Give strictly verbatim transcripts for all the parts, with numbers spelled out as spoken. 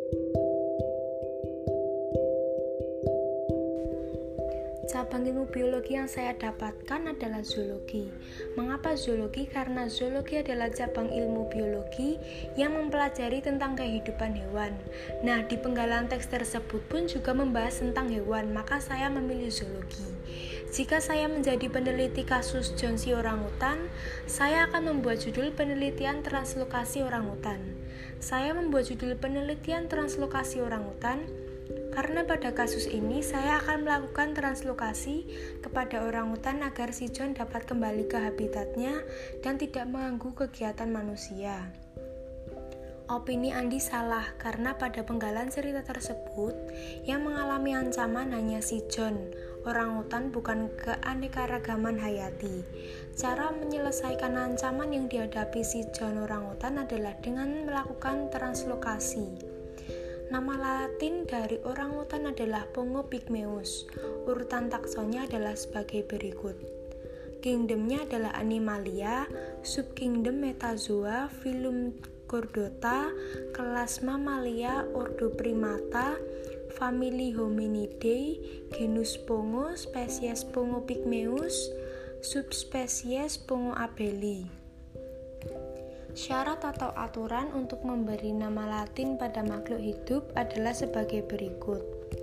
Cabang ilmu biologi yang saya dapatkan adalah zoologi. Mengapa zoologi? Karena zoologi adalah cabang ilmu biologi yang mempelajari tentang kehidupan hewan. Nah, di penggalan teks tersebut pun juga membahas tentang hewan, maka saya memilih zoologi. Jika saya menjadi peneliti kasus John C. orangutan, saya akan membuat judul penelitian translokasi orangutan. Saya membuat judul penelitian translokasi orangutan karena pada kasus ini saya akan melakukan translokasi kepada orangutan agar si John dapat kembali ke habitatnya dan tidak mengganggu kegiatan manusia. Opini Andi salah karena pada penggalan cerita tersebut yang mengalami ancaman hanya si John, orangutan, bukan keanekaragaman hayati. Cara menyelesaikan ancaman yang dihadapi si John orangutan adalah dengan melakukan translokasi. Nama Latin dari orangutan adalah Pongo pygmaeus. Urutan taksonnya adalah sebagai berikut. Kingdomnya adalah Animalia, subkingdom Metazoa, filum Chordata, kelas Mammalia, ordo Primata, famili Hominidae, genus Pongo, spesies Pongo pygmaeus, subspesies Pongo abeli. Syarat atau aturan untuk memberi nama Latin pada makhluk hidup adalah sebagai berikut.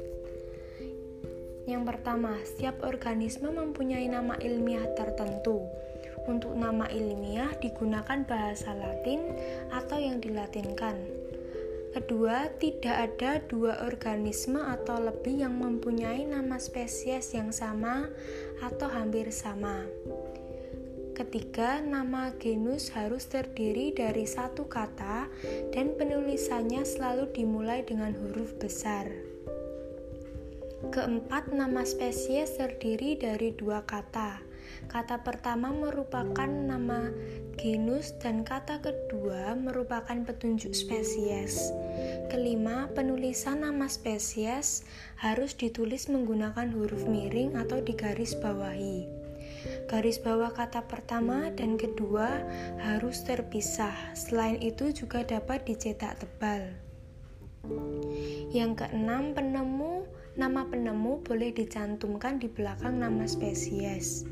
Yang pertama, setiap organisme mempunyai nama ilmiah tertentu. Untuk nama ilmiah digunakan bahasa Latin atau yang dilatinkan. Kedua, tidak ada dua organisme atau lebih yang mempunyai nama spesies yang sama atau hampir sama. Ketiga, nama genus harus terdiri dari satu kata dan penulisannya selalu dimulai dengan huruf besar. Keempat, nama spesies terdiri dari dua kata. Kata pertama merupakan nama genus dan kata kedua merupakan petunjuk spesies. Kelima, penulisan nama spesies harus ditulis menggunakan huruf miring atau digaris bawahi. Garis bawah kata pertama dan kedua harus terpisah. Selain itu juga dapat dicetak tebal. Yang keenam, penemu nama penemu boleh dicantumkan di belakang nama spesies.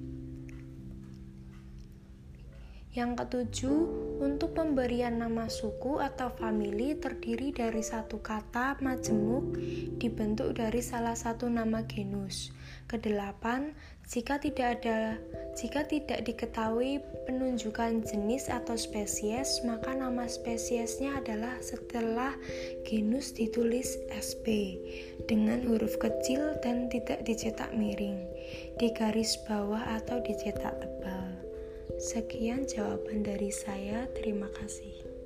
Yang ketujuh, untuk pemberian nama suku atau famili terdiri dari satu kata majemuk dibentuk dari salah satu nama genus. Kedelapan, jika tidak ada jika tidak diketahui penunjukan jenis atau spesies, maka nama spesiesnya adalah setelah genus ditulis S P dengan huruf kecil dan tidak dicetak miring, di garis bawah atau dicetak tebal. Sekian jawaban dari saya, terima kasih.